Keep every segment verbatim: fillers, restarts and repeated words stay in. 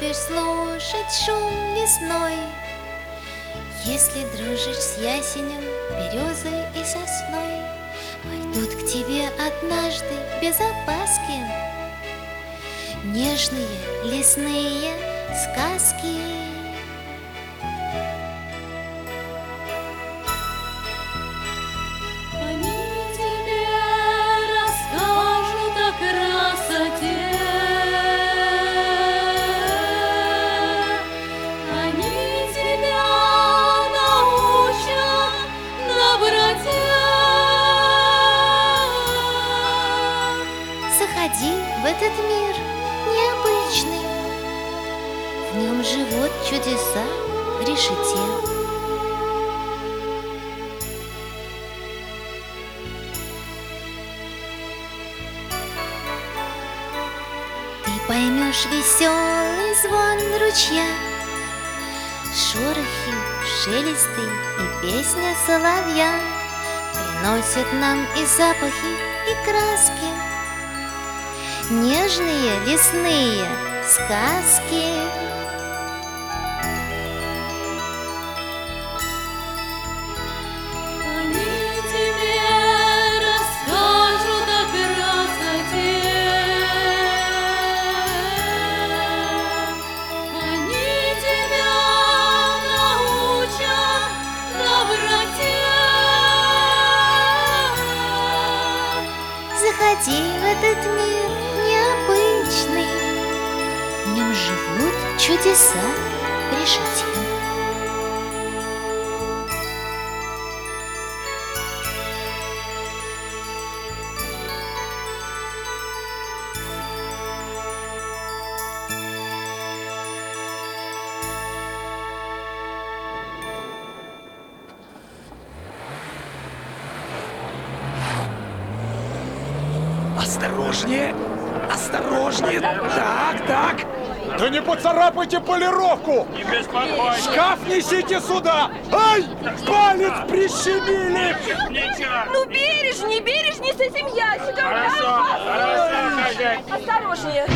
любишь слушать шум лесной, если дружишь с ясенем, березой и сосной, пойдут к тебе однажды без опаски нежные лесные сказки. Заходи в этот мир необычный, в нем живут чудеса в решете. Ты поймешь веселый звон ручья, шорохи, шелесты и песня соловья приносят нам и запахи, и краски, нежные лесные сказки. Они тебе расскажут о красоте, они тебя научат доброте. Заходи в этот мир необычный, в нем живут чудеса в решете. Осторожнее! Осторожнее! Так, так! Да не поцарапайте полировку! Не беспокойся! Шкаф несите сюда! Ай! Палец прищемили! Ничего! Ну бережней, бережней с этим ящиком. Хорошо, хорошо, хозяйка. Осторожнее.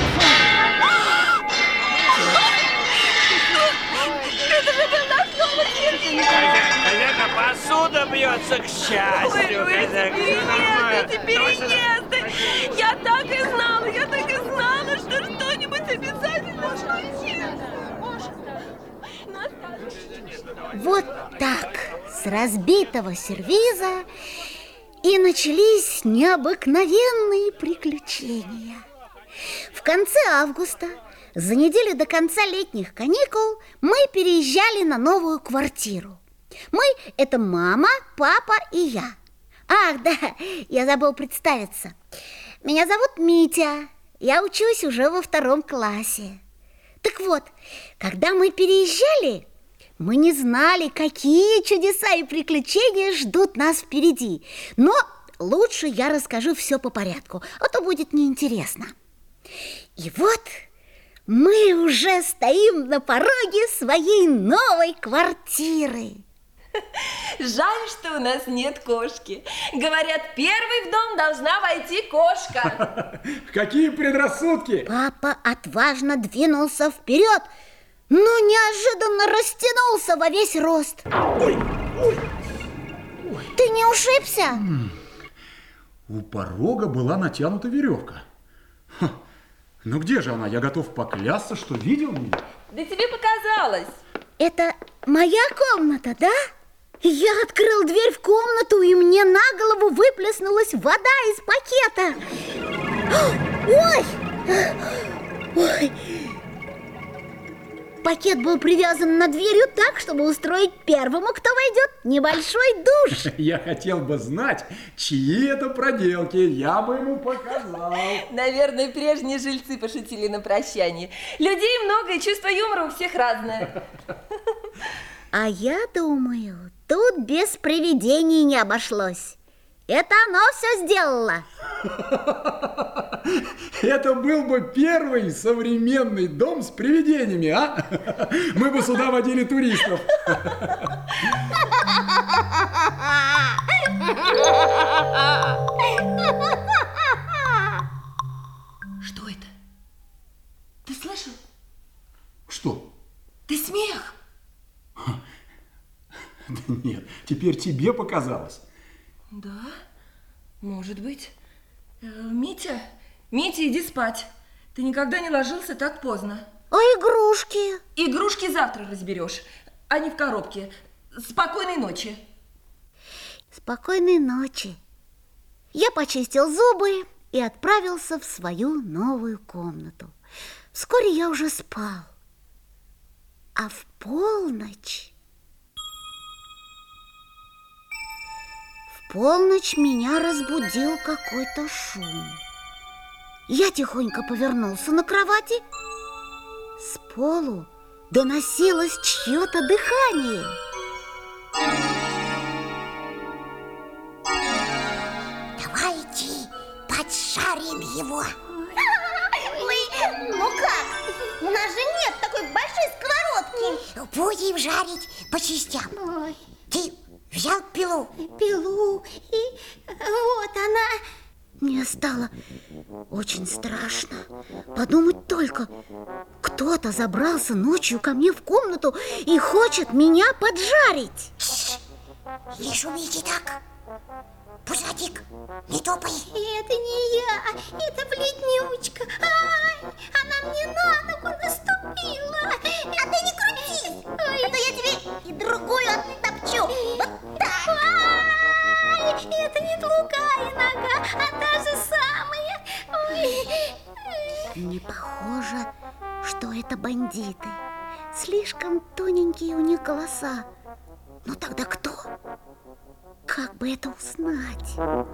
Это же был наш новый сервис. Хозяйка, посуда бьется, к счастью. Ой, Хозяйка, ой, всё нормально. переезды, переезды. Я так и знала, я так и знала, что что-нибудь обязательно случится. Ну, осторожно. Вот так, с разбитого сервиза и начались необыкновенные приключения. В конце августа, за неделю до конца летних каникул, мы переезжали на новую квартиру. Мы – это мама, папа и я. Ах, да, я забыл представиться. Меня зовут Митя, я учусь уже во втором классе. Так вот, когда мы переезжали, мы не знали, какие чудеса и приключения ждут нас впереди. Но лучше я расскажу все по порядку, а то будет неинтересно. И вот мы уже стоим на пороге своей новой квартиры. Жаль, что у нас нет кошки. Говорят, первой в дом должна войти кошка. Какие предрассудки! Папа отважно двинулся вперед, но неожиданно растянулся во весь рост. Ой, ой, ой. Ты не ушибся? У порога была натянута веревка. Ха. Ну где же она? Я готов поклясться, что видел ее. Да тебе показалось. Это моя комната, да? Я открыл дверь в комнату, и мне на голову выплеснулась вода из пакета. Ой! Ой! Пакет был привязан над дверью так, чтобы устроить первому, кто войдет, небольшой душ. Я хотел бы знать, чьи это проделки, я бы ему показал. Наверное, прежние жильцы пошутили на прощание. Людей много, и чувство юмора у всех разное. А я думаю, тут без привидений не обошлось. Это оно все сделало. Это был бы первый современный дом с привидениями, а? Мы бы сюда водили туристов. Что это? Ты слышал? Что? Ты смех? Да нет, теперь тебе показалось. Да, может быть. Э, Митя, Митя, иди спать. Ты никогда не ложился так поздно. А игрушки? Игрушки завтра разберешь, а не в коробке. Спокойной ночи. Спокойной ночи. Я почистил зубы и отправился в свою новую комнату. Вскоре я уже спал. А в полночь... В полночь меня разбудил какой-то шум. Я тихонько повернулся на кровати. С полу доносилось чье-то дыхание. Давайте поджарим его. Ой, ну как? У нас же нет такой большой сковородки. Будем жарить по частям. Ой. Ты взял пилу? Пилу, и вот она. Мне стало очень страшно. Подумать только, кто-то забрался ночью ко мне в комнату и хочет меня поджарить. Не шумите так. Пузатик, не топай. Это не я, это бледнючка. Ай, она мне на ногу наступила. А ты не крутись, а то я тебе и другую оттопчу. Вот так. Ай, это не другая нога, а та же самая. Ой. Не похоже, что это бандиты. Слишком тоненькие у них голоса. Ну тогда кто? Как бы это узнать?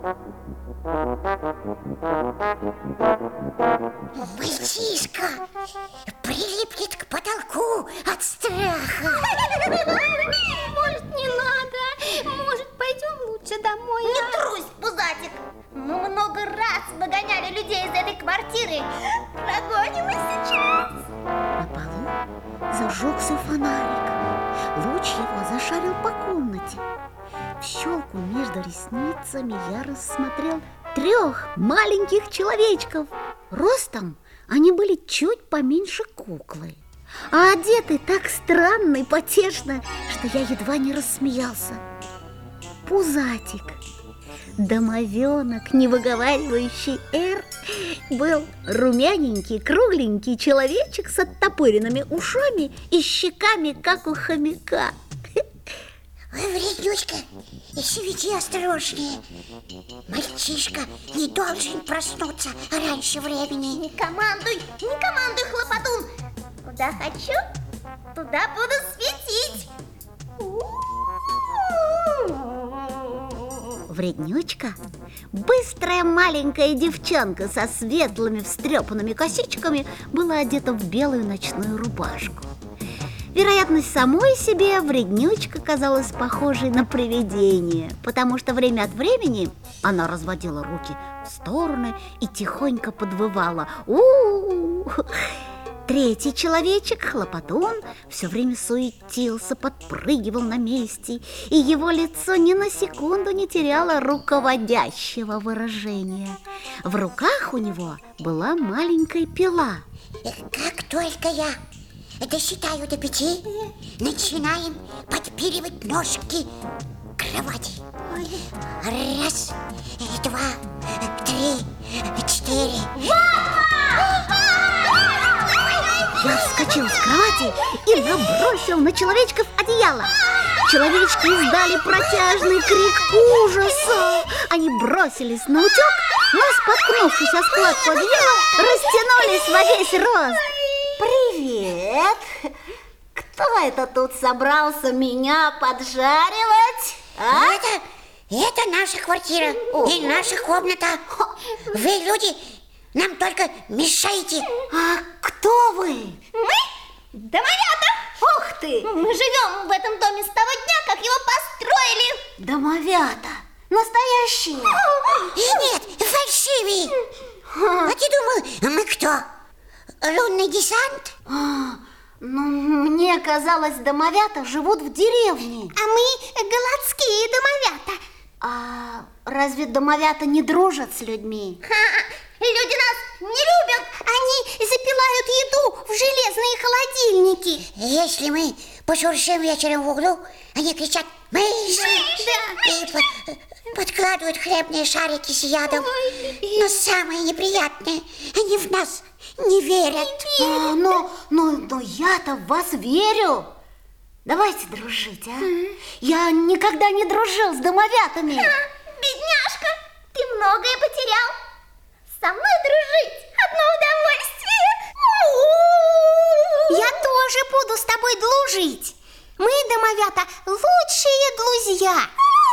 Мальчишка прилипнет к потолку от страха. Может, не надо? Может, пойдем лучше домой? Не трусь, Пузатик. Мы много раз выгоняли людей из этой квартиры. Прогоним и сейчас. На полу зажегся фонарик. Луч его зашарил по комнате. В щелку между ресницами я рассмотрел трех маленьких человечков. Ростом они были чуть поменьше куклы, а одеты так странно и потешно, что я едва не рассмеялся. Пузатик, домовенок, не выговаривающий «р», был румяненький, кругленький человечек с оттопыренными ушами и щеками, как у хомяка. Ой, вреднючка, веди осторожнее. Мальчишка не должен проснуться раньше времени. Не командуй, не командуй, хлопотун. Куда хочу, туда буду светить. Вреднючка, быстрая маленькая девчонка со светлыми встрепанными косичками, была одета в белую ночную рубашку. Вероятно, самой себе Вреднючка казалась похожей на привидение, потому что время от времени она разводила руки в стороны и тихонько подвывала. У-у-у! Третий человечек, хлопотун, все время суетился, подпрыгивал на месте, и его лицо ни на секунду не теряло руководящего выражения. В руках у него была маленькая пила. Как только я досчитаю до пяти, начинаем подпиливать ножки к кровати. Раз, два, три, четыре. Я вскочил с кровати и набросил на человечков одеяло. Человечки издали протяжный крик ужаса. Они бросились на утек, но, споткнувшись о складку одеяла, растянулись во весь рост. Привет! Кто это тут собрался меня поджаривать? А? Это, это наша квартира О. и наша комната. Вы, люди, нам только мешаете. А кто вы? Мы? Домовята! Ух ты! Мы живем в этом доме с того дня, как его построили. Домовята? Настоящие? Нет, фальшивые. А ты думал, мы кто? Лунный десант? А, ну, мне казалось, домовята живут в деревне. А мы голландские домовята. А разве домовята не дружат с людьми? Люди нас не любят. Они запивают еду в железные домики. Если мы пошуршим вечером в углу, они кричат «Мышь!» и по- подкладывают хлебные шарики с ядом. Но самое неприятное, они в нас не верят. А, но, но, но я-то в вас верю. Давайте дружить, а? Я никогда не дружил с домовятами. Бедняжка, ты многое потерял. Со мной дружить одно удовольствие. Я тоже буду с тобой дружить. Мы, домовята, лучшие друзья.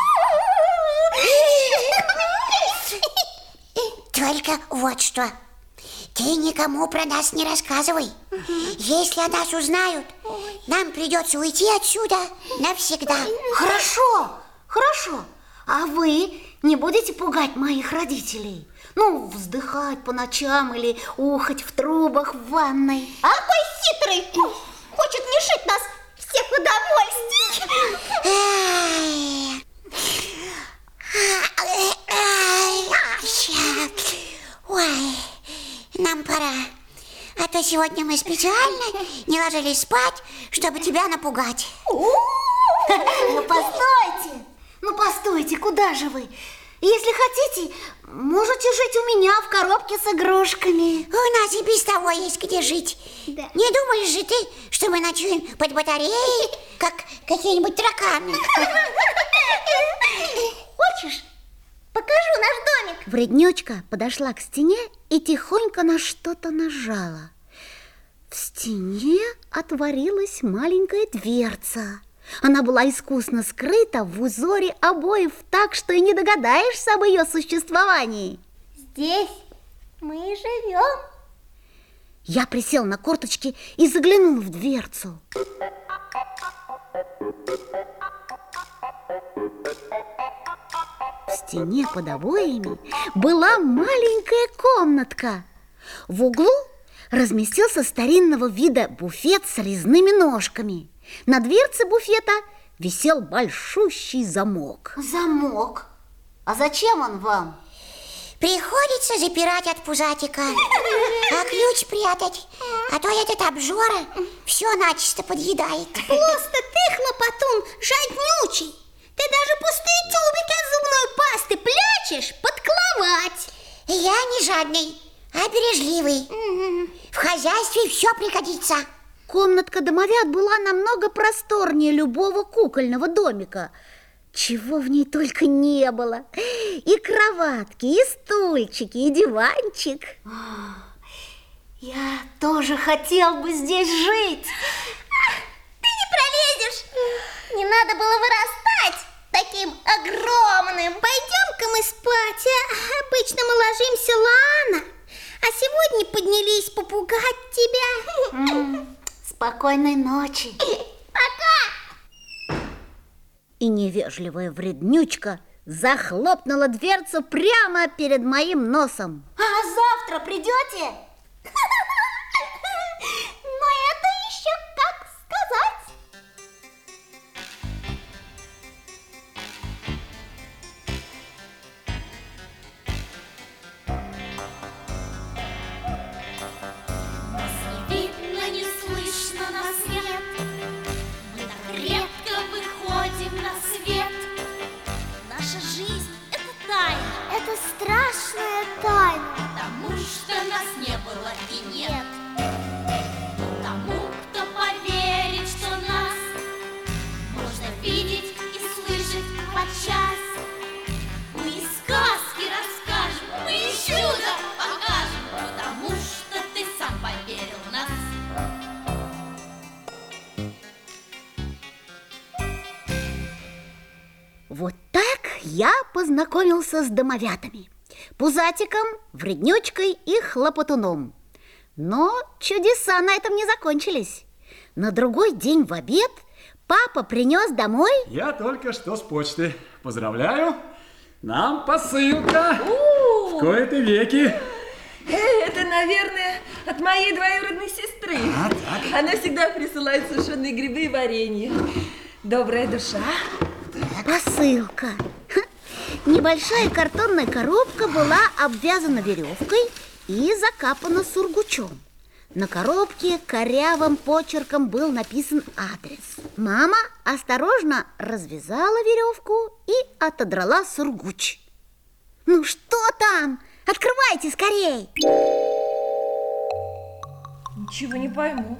Только вот что. Ты никому про нас не рассказывай. Если о нас узнают, нам придется уйти отсюда навсегда. Хорошо, хорошо. А вы не будете пугать моих родителей? Ну, вздыхать по ночам или ухать в трубах в ванной. А какой хитрый! Хочет лишить нас всех удовольствий. Ой, нам пора. А то сегодня мы специально не ложились спать, чтобы тебя напугать. Ну, постойте, ну, постойте, куда же вы? Если хотите, можете жить у меня в коробке с игрушками. У нас и без того есть где жить. Да. Не думаешь же ты, что мы ночуем под батареей, как какие-нибудь тараканы? Хочешь, покажу наш домик? Вреднючка подошла к стене и тихонько на что-то нажала. В стене отворилась маленькая дверца. Она была искусно скрыта в узоре обоев, так что и не догадаешься об ее существовании. Здесь мы и живем. Я присел на корточки и заглянул в дверцу. В стене под обоями была маленькая комнатка. В углу разместился старинного вида буфет с резными ножками. На дверце буфета висел большущий замок. Замок? А зачем он вам? Приходится запирать от пузатика, а ключ прятать, а то этот обжора все начисто подъедает. Просто ты, хлопотун, жаднючий. Ты даже пустые тюбики от зубной пасты прячешь под кровать. Я не жадный, а бережливый. В хозяйстве все пригодится. Комнатка домовят была намного просторнее любого кукольного домика. Чего в ней только не было. И кроватки, и стульчики, и диванчик. Я тоже хотел бы здесь жить. Ты не пролезешь. Не надо было вырастать таким огромным. Пойдем-ка мы спать, а? Обычно мы ложимся рано, а сегодня поднялись попугать тебя. М, Спокойной ночи. Пока. И невежливая вреднючка захлопнула дверцу прямо перед моим носом. А завтра придете? Но это еще как сказать. Нас не видно, не слышно, нас нет. Мы так редко выходим на свет. Наша жизнь — это тайна, Это страшная тайна. потому что нас не было и нет. Тому, кто поверит, что нас можно видеть и слышать подчас, мы и сказки расскажем, мы и чудо покажем, потому что ты сам поверил в нас. Вот так я познакомился с домовятами. Пузатиком, вреднючкой и хлопотуном. Но чудеса на этом не закончились. На другой день в обед папа принес домой... Я только что с почты. Поздравляю. Нам посылка. В кои-то веки. Это, наверное, от моей двоюродной сестры. А, так. Она всегда присылает сушеные грибы и варенье. Добрая душа. Посылка. Ха. Небольшая картонная коробка была обвязана веревкой и закапана сургучом. На коробке корявым почерком был написан адрес. Мама осторожно развязала веревку и отодрала сургуч. Ну что там? Открывайте скорей! Ничего не пойму.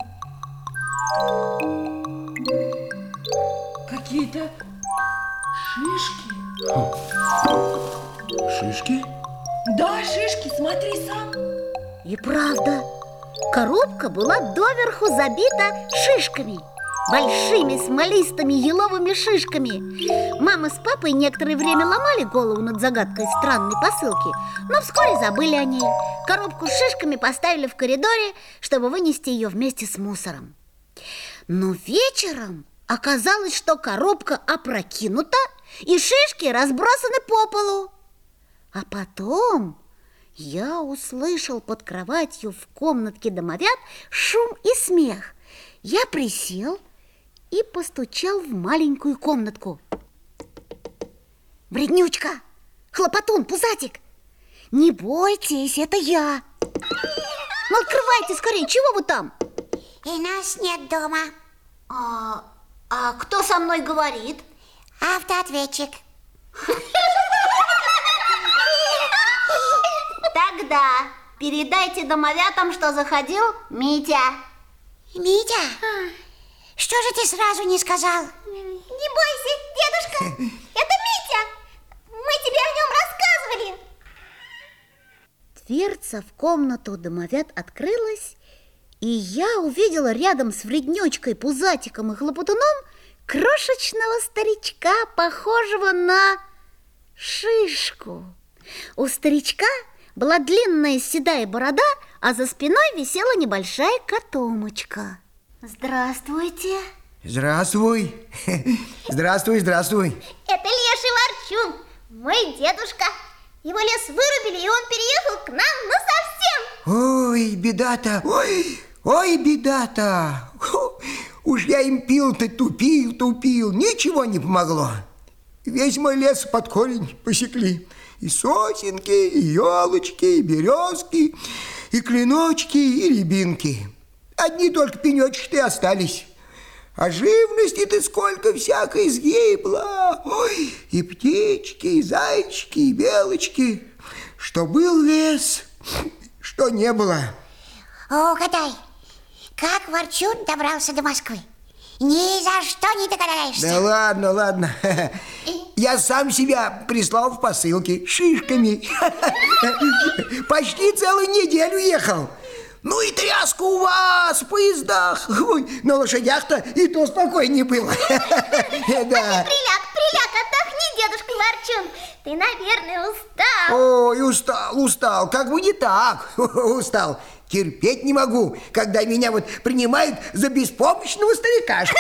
Какие-то шишки. Шишки? Да, шишки, смотри сам. И правда, коробка была доверху забита шишками. Большими смолистыми еловыми шишками. Мама с папой некоторое время ломали голову над загадкой странной посылки, но вскоре забыли о ней. Коробку с шишками поставили в коридоре, чтобы вынести ее вместе с мусором. Но вечером оказалось, что коробка опрокинута и шишки разбросаны по полу. А потом я услышал под кроватью в комнатке домовят шум и смех. Я присел и постучал в маленькую комнатку. Вреднючка, хлопотун, пузатик, не бойтесь, это я. Ну, открывайте скорее, чего вы там? И нас нет дома. А, а кто со мной говорит? Автоответчик. Тогда передайте домовятам, что заходил Митя. Митя? Что же ты сразу не сказал? Не бойся, дедушка, это Митя. Мы тебе о нем рассказывали. Дверца в комнату домовят открылась, и я увидела рядом с вреднючкой, пузатиком и хлопотуном крошечного старичка, похожего на шишку. У старичка была длинная седая борода, а за спиной висела небольшая котомочка. Здравствуйте. Здравствуй. Здравствуй, здравствуй. Это Леший Ворчун, мой дедушка. Его лес вырубили, и он переехал к нам насовсем. Ой, беда-то, ой, ой, беда-то. Фу, уж я им пил-то тупил, тупил, ничего не помогло. Весь мой лес под корень посекли. И сосенки, и елочки, и березки, и клиночки, и рябинки. Одни только пенечки-то и остались. А живности-то сколько всякой сгибло. Ой, и птички, и зайчики, и белочки. Что был лес, что не было. О, угадай, как Ворчун добрался до Москвы? Ни за что не догадаешься. Да ладно, ладно. Я сам себя прислал в посылке шишками. Почти целую неделю ехал. Ну и тряска у вас в поездах. Ой, на лошадях-то и то спокойнее было. Да. Приляг, приляг, отдохни, дедушка Ворчун. Ты, наверное, устал. Ой, устал, устал. Как бы не так. Устал. Терпеть не могу, когда меня вот принимают за беспомощного старикашку.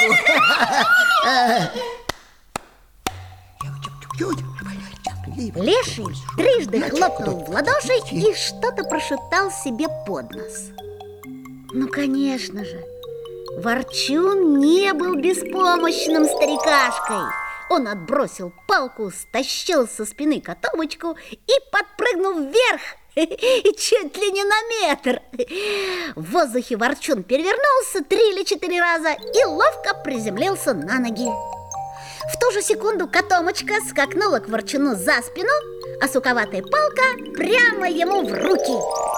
Леший трижды хлопнул в ладоши и что-то прошептал себе под нос. Ну, конечно же, Ворчун не был беспомощным старикашкой. Он отбросил палку, стащил со спины котомочку и подпрыгнул вверх, и чуть ли не на метр. В воздухе Ворчун перевернулся три или четыре раза и ловко приземлился на ноги. В ту же секунду котомочка скакнула к Ворчуну за спину, а суковатая палка прямо ему в руки.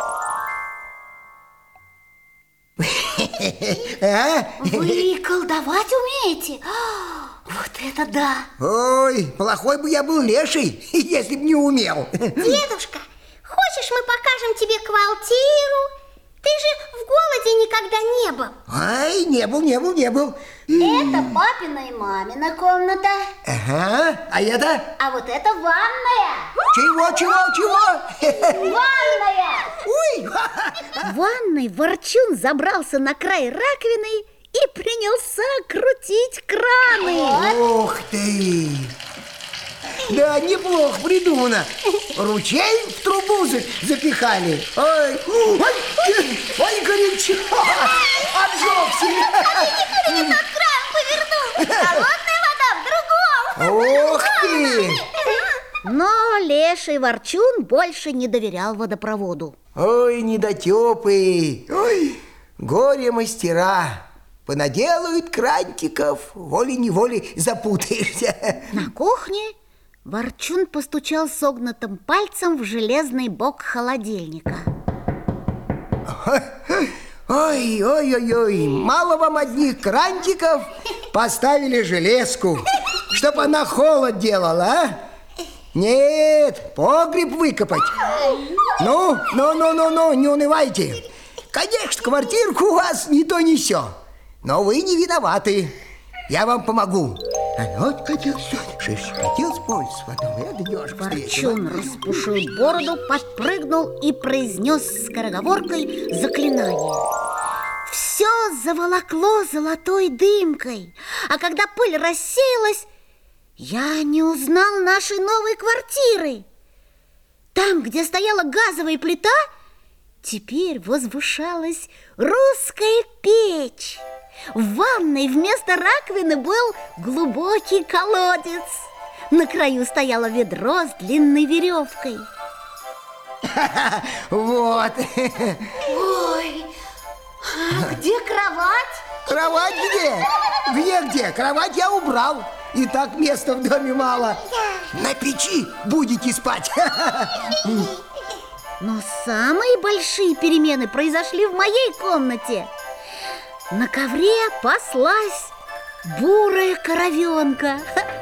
Вы колдовать умеете? Вот это да! Ой, плохой бы я был леший, если бы не умел. Дедушка, хочешь, мы покажем тебе квартиру? Ты же в голоде никогда не был. Ай, не был, не был, не был. Это папина и мамина комната. Ага, а это? А вот это ванная. Чего, чего, чего? Ванная. Ой! В ванной Ворчун забрался на край раковины и принялся крутить краны. Ух ты! Да, неплохо придумано. Ручей в трубу запихали. Ой, ой, ой, горячо. Обжегся. Не тот кран повернул. Холодная вода в другом. Ух ты! Но Леший Ворчун больше не доверял водопроводу. Ой, недотепый. Ой, горе-мастера понаделают крантиков, волей-неволей запутаешься. На кухне Ворчун постучал согнутым пальцем в железный бок холодильника. Ой-ой-ой-ой, мало вам одних крантиков, поставили железку, чтоб она холод делала, а? Нет, погреб выкопать. Ну, ну, ну, ну, ну, не унывайте. Конечно, квартирку у вас не то не сё, но вы не виноваты. Я вам помогу. А вот хотел, хотел спорить, потом я днёшь Ворчун распушил бороду, подпрыгнул и произнес скороговоркой заклинание. Все заволокло золотой дымкой, а когда пыль рассеялась, я не узнал нашей новой квартиры. Там, где стояла газовая плита, теперь возвышалась русская печь. В ванной вместо раковины был глубокий колодец. На краю стояло ведро с длинной веревкой. Вот. Ой, а где кровать? Кровать где? Где-где? Кровать я убрал. И так места в доме мало. На печи будете спать. Но самые большие перемены произошли в моей комнате. На ковре паслась бурая коровенка.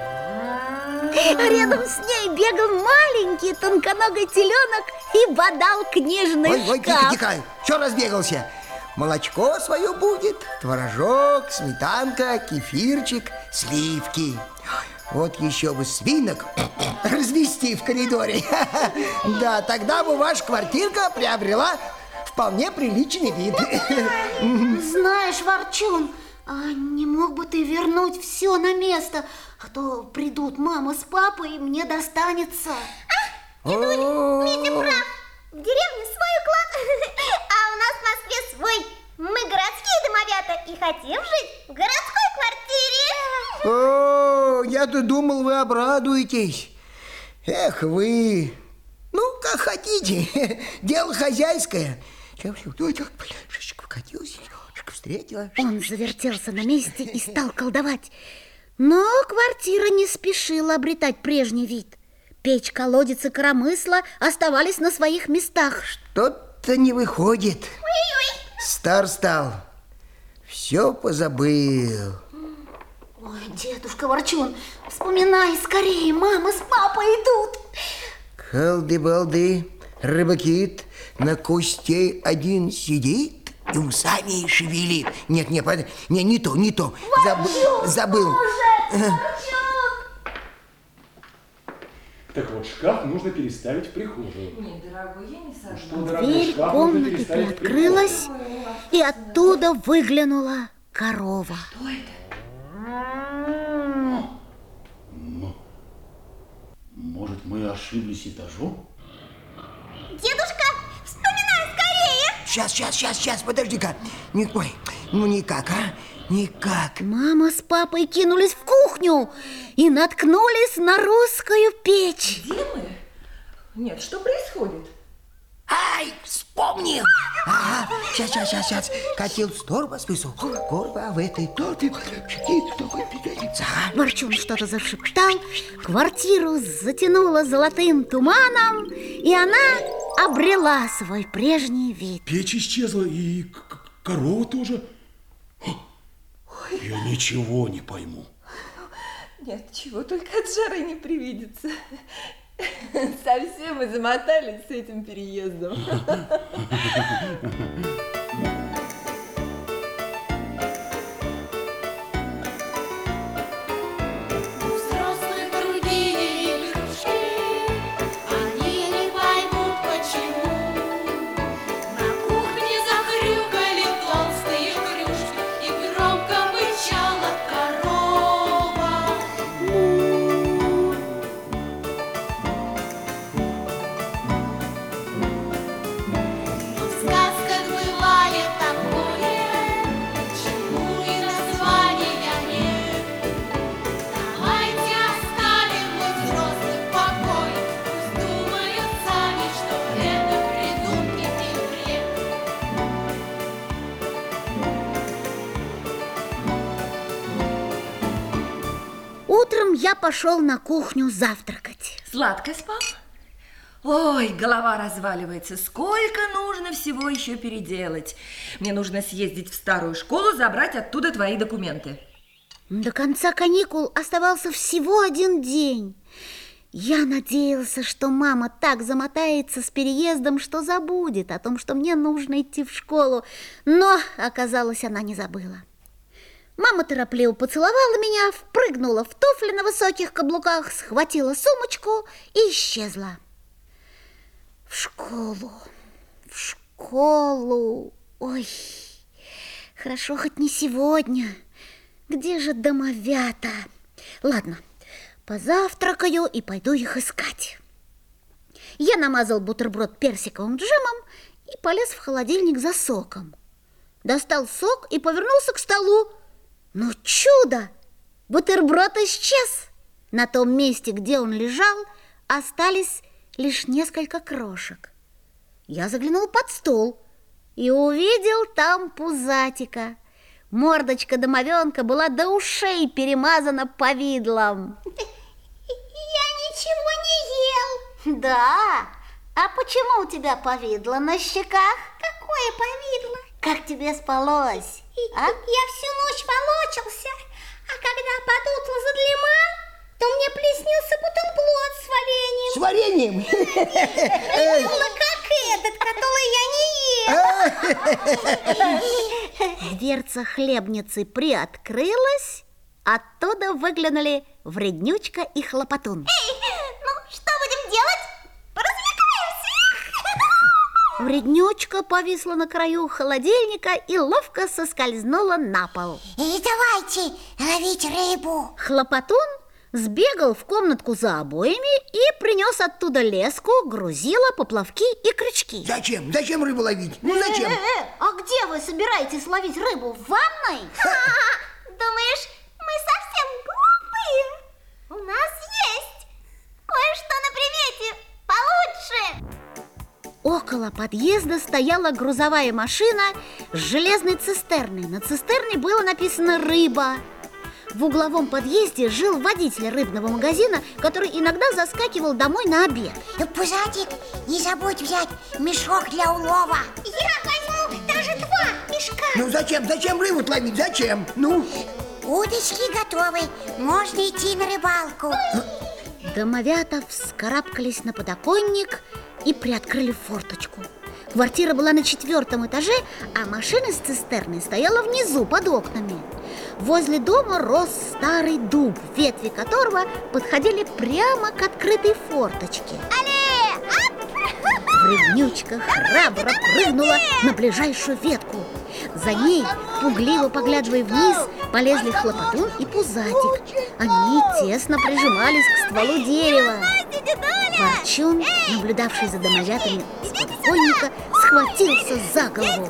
А рядом с ней бегал маленький тонконогий теленок и бодал книжный ой, ой, шкаф. Ой, тихо, тихо, что разбегался? Молочко свое будет, творожок, сметанка, кефирчик, сливки. Вот еще бы свинок развести в коридоре. Да, тогда бы ваша квартирка приобрела вполне приличный вид. Знаешь, Ворчун, а не мог бы ты вернуть все на место? А то придут мама с папой, и мне достанется. А, дедуль, Митя прав. В деревне свой уклад, а у нас в Москве свой. Мы городские домовята и хотим жить в городской квартире. О, я-то думал, вы обрадуетесь. Эх вы, ну, как хотите, дело хозяйское. Встретила. Он завертелся на месте и стал колдовать. Но квартира не спешила обретать прежний вид. Печь, колодец и коромысла оставались на своих местах. Что-то не выходит. Ой-ой. Стар стал. Все позабыл. Ой, дедушка Ворчун, вспоминай скорее, мама с папой идут. Халды-балды, рыбакит, на кусте один сидит и усами шевелит. Нет, нет, под... не, не то, не то. Забыл. забыл. Так вот, шкаф нужно переставить в прихожую. Нет, дорогой, я не согласна. Что, дорогой, Дверь шкаф нужно комнаты переставить в приоткрылась, прихожую. и оттуда выглянула корова. Что это? Может, мы ошиблись этажом? Дедушка, вспоминай скорее. Сейчас, сейчас, сейчас, сейчас, подожди-ка. Не, ой, ну никак, а? Никак. Мама с папой кинулись в кухню и наткнулись на русскую печь. Где мы? Нет, что происходит? Ай, вспомнил. Ага, сейчас, сейчас, сейчас, сейчас. Катил торба с высокой горба, а в этой торбе сидит такой пигалица. Ворчун что-то зашептал, квартиру затянуло золотым туманом, и она обрела свой прежний вид. Печь исчезла, и корова тоже. Я ничего не пойму. Нет, чего только от жары не привидится. Совсем мы замотались с этим переездом. Взрослые другие игрушки, они не поймут почему. На кухне захрюкали толстые кружки, и громко мычала корова. В сказках бывает Утром я пошел на кухню завтракать. Сладко спал? Ой, голова разваливается. Сколько нужно всего еще переделать. Мне нужно съездить в старую школу, забрать оттуда твои документы. До конца каникул оставался всего один день. Я надеялся, что мама так замотается с переездом, что забудет о том, что мне нужно идти в школу. Но, оказалось, она не забыла. Мама торопливо поцеловала меня, впрыгнула в туфли на высоких каблуках, схватила сумочку и исчезла. В школу, в школу. Ой, хорошо, хоть не сегодня. Где же домовята? Ладно, позавтракаю и пойду их искать. Я намазал бутерброд персиковым джемом и полез в холодильник за соком. Достал сок и повернулся к столу. Но чудо! Бутерброд исчез. На том месте, где он лежал, остались лишь несколько крошек. Я заглянул под стол и увидел там пузатика. Мордочка домовенка была до ушей перемазана повидлом. Я ничего не ел. Да? А почему у тебя повидло на щеках? Какое повидло? Как тебе спалось? А? Я всю ночь волочился, а когда под утро задремал, то мне приснился бутерброд с вареньем. С вареньем? Было как этот, который я не ел. Дверца хлебницы приоткрылась, оттуда выглянули Вреднючка и Хлопотун. Эй, ну что будем делать? Поразвлекаемся. Вреднючка повисла на краю холодильника и ловко соскользнула на пол. И давайте ловить рыбу. Хлопотун сбегал в комнатку за обоями и принес оттуда леску, грузила, поплавки и крючки. Зачем? Зачем рыбу ловить? Ну зачем? Э-э-э, а где вы собираетесь ловить рыбу? В ванной? Думаешь, мы совсем глупые? У нас есть кое-что на примете получше. Около подъезда стояла грузовая машина с железной цистерной. На цистерне было написано «Рыба». В угловом подъезде жил водитель рыбного магазина, который иногда заскакивал домой на обед. Пузатик, не забудь взять мешок для улова. Я возьму даже два мешка. Ну зачем? Зачем рыбу ловить? Зачем? Ну? Удочки готовы, можно идти на рыбалку. Домовята вскарабкались на подоконник и приоткрыли форточку. Квартира была на четвертом этаже, а машина с цистерной стояла внизу, под окнами. Возле дома рос старый дуб, ветви которого подходили прямо к открытой форточке. Але! Вреднючка храбро прыгнула на ближайшую ветку. За ней, пугливо поглядывая вниз, полезли Хлопотун и Пузатик. Они тесно прижимались к стволу дерева. Ворчун, наблюдавший за домовятами с подоконника, схватился за голову.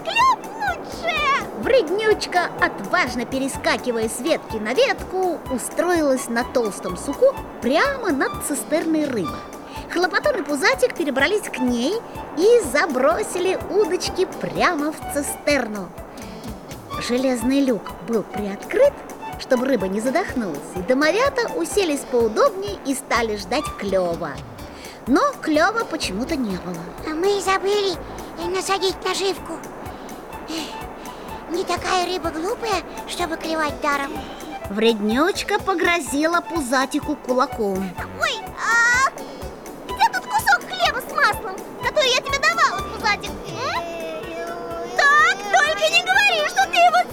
Вреднючка, отважно перескакивая с ветки на ветку, устроилась на толстом суку прямо над цистерной рыбы. Хлопотун и Пузатик перебрались к ней и забросили удочки прямо в цистерну. Железный люк был приоткрыт, чтобы рыба не задохнулась, и домовята уселись поудобнее и стали ждать клёва. Но клёва почему-то не было. А мы забыли насадить наживку. Не такая рыба глупая, чтобы клевать даром. Вреднючка погрозила Пузатику кулаком. Ой, а где тут кусок хлеба с маслом, который я тебе давала, Пузатик? М? Так, только не говори, что ты его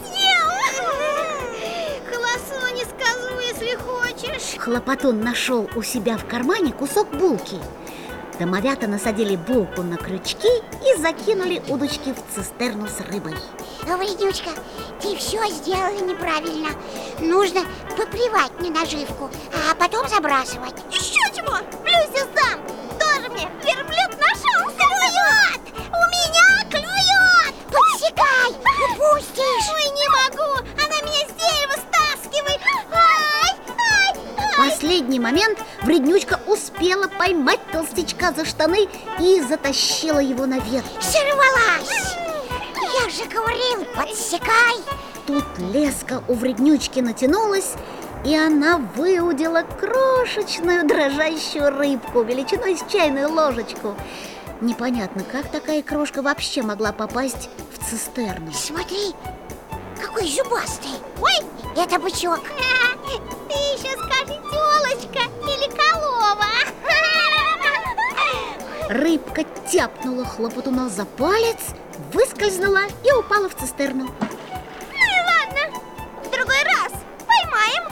съел. Голосу не скажу, если хочешь. Хлопотун нашел у себя в кармане кусок булки. Домовята насадили булку на крючки и закинули удочки в цистерну с рыбой. Вреднючка, ты все сделала неправильно. Нужно поплевать на наживку, а потом забрасывать. Еще чего? Плюсю сам. Тоже мне верблюд нашел. Клюет! У меня клюет! Подсекай! Упустишь! Ой, не могу! Она меня с дерева стаскивает! Ай, ай, ай. В последний момент Вреднючка успела поймать толстячка за штаны и затащила его наверх. Сорвалась! Я же говорил, подсекай! Тут леска у Вреднючки натянулась, и она выудила крошечную дрожащую рыбку величиной с чайную ложечку. Непонятно, как такая крошка вообще могла попасть в цистерну. Смотри, какой зубастый. Ой, это бычок. Ты еще скажи, тёлочка или корова. Рыбка тяпнула хлопотуна за палец, выскользнула и упала в цистерну. Ну и ладно, в другой раз поймаем.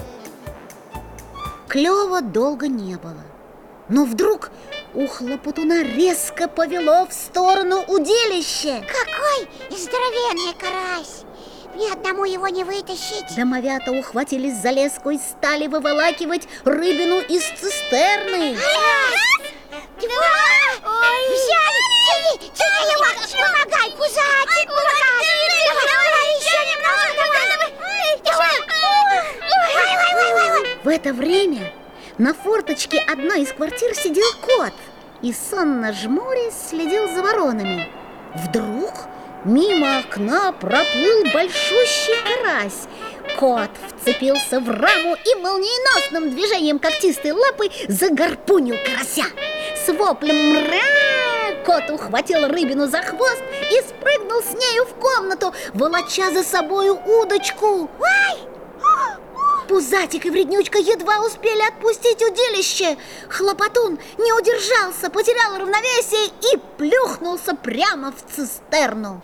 Клёва долго не было, но вдруг у хлопотуна резко повело в сторону удилища. Какой здоровенный карась. Мне одному его не вытащить. Домовята ухватились за леску и стали выволакивать рыбину из цистерны. Раз, два, взяли, тяни, тяни его, помогай, пузатик, помогай. Давай, давай, еще немного, давай, давай. Давай, давай, давай, давай. В это время на форточке одной из квартир сидел кот и, сонно жмурясь, следил за воронами. Вдруг мимо окна проплыл большущий карась. Кот вцепился в раму и молниеносным движением когтистой лапы загарпунил карася. С воплем «Мра!» кот ухватил рыбину за хвост и спрыгнул с нею в комнату, волоча за собою удочку. Ой! Пузатик и Вреднючка едва успели отпустить удилище. Хлопотун не удержался, потерял равновесие и плюхнулся прямо в цистерну.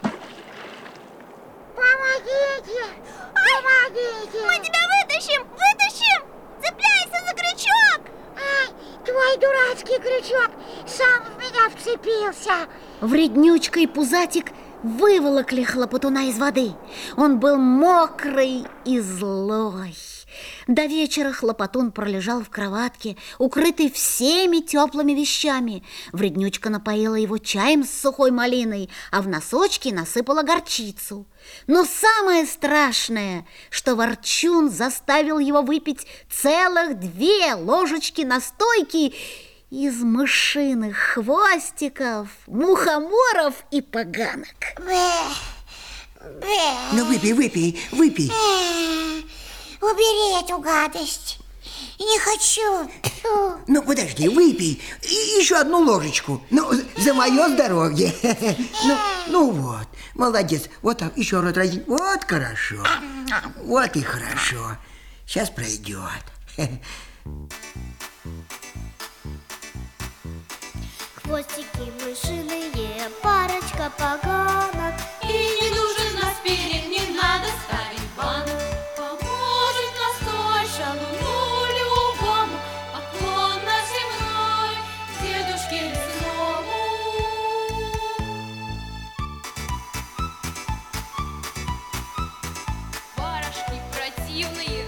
Помогите! Помогите! Мы тебя вытащим, вытащим! Цепляйся за крючок! Ай, твой дурацкий крючок сам в меня вцепился. Вреднючка и Пузатик выволокли хлопотуна из воды. Он был мокрый и злой. До вечера хлопотун пролежал в кроватке, укрытый всеми теплыми вещами. Вреднючка напоила его чаем с сухой малиной, а в носочки насыпала горчицу. Но самое страшное, что Ворчун заставил его выпить целых две ложечки настойки из мышиных хвостиков, мухоморов и поганок. Бэ, бэ. Ну выпей, выпей, выпей. Э, Убери эту гадость. Не хочу. Фу. Ну подожди, выпей. И еще одну ложечку. Ну, за мое здоровье. Ну, ну вот, молодец. Вот так, еще раз разинь. Вот хорошо. Вот и хорошо. Сейчас пройдет. Хвостики мышиные, парочка поганок. И не нужен нас перед, не надо ставить банок. Поможет настой шалуну любому. Поклон наш земной дедушке лесному. Барышки противные,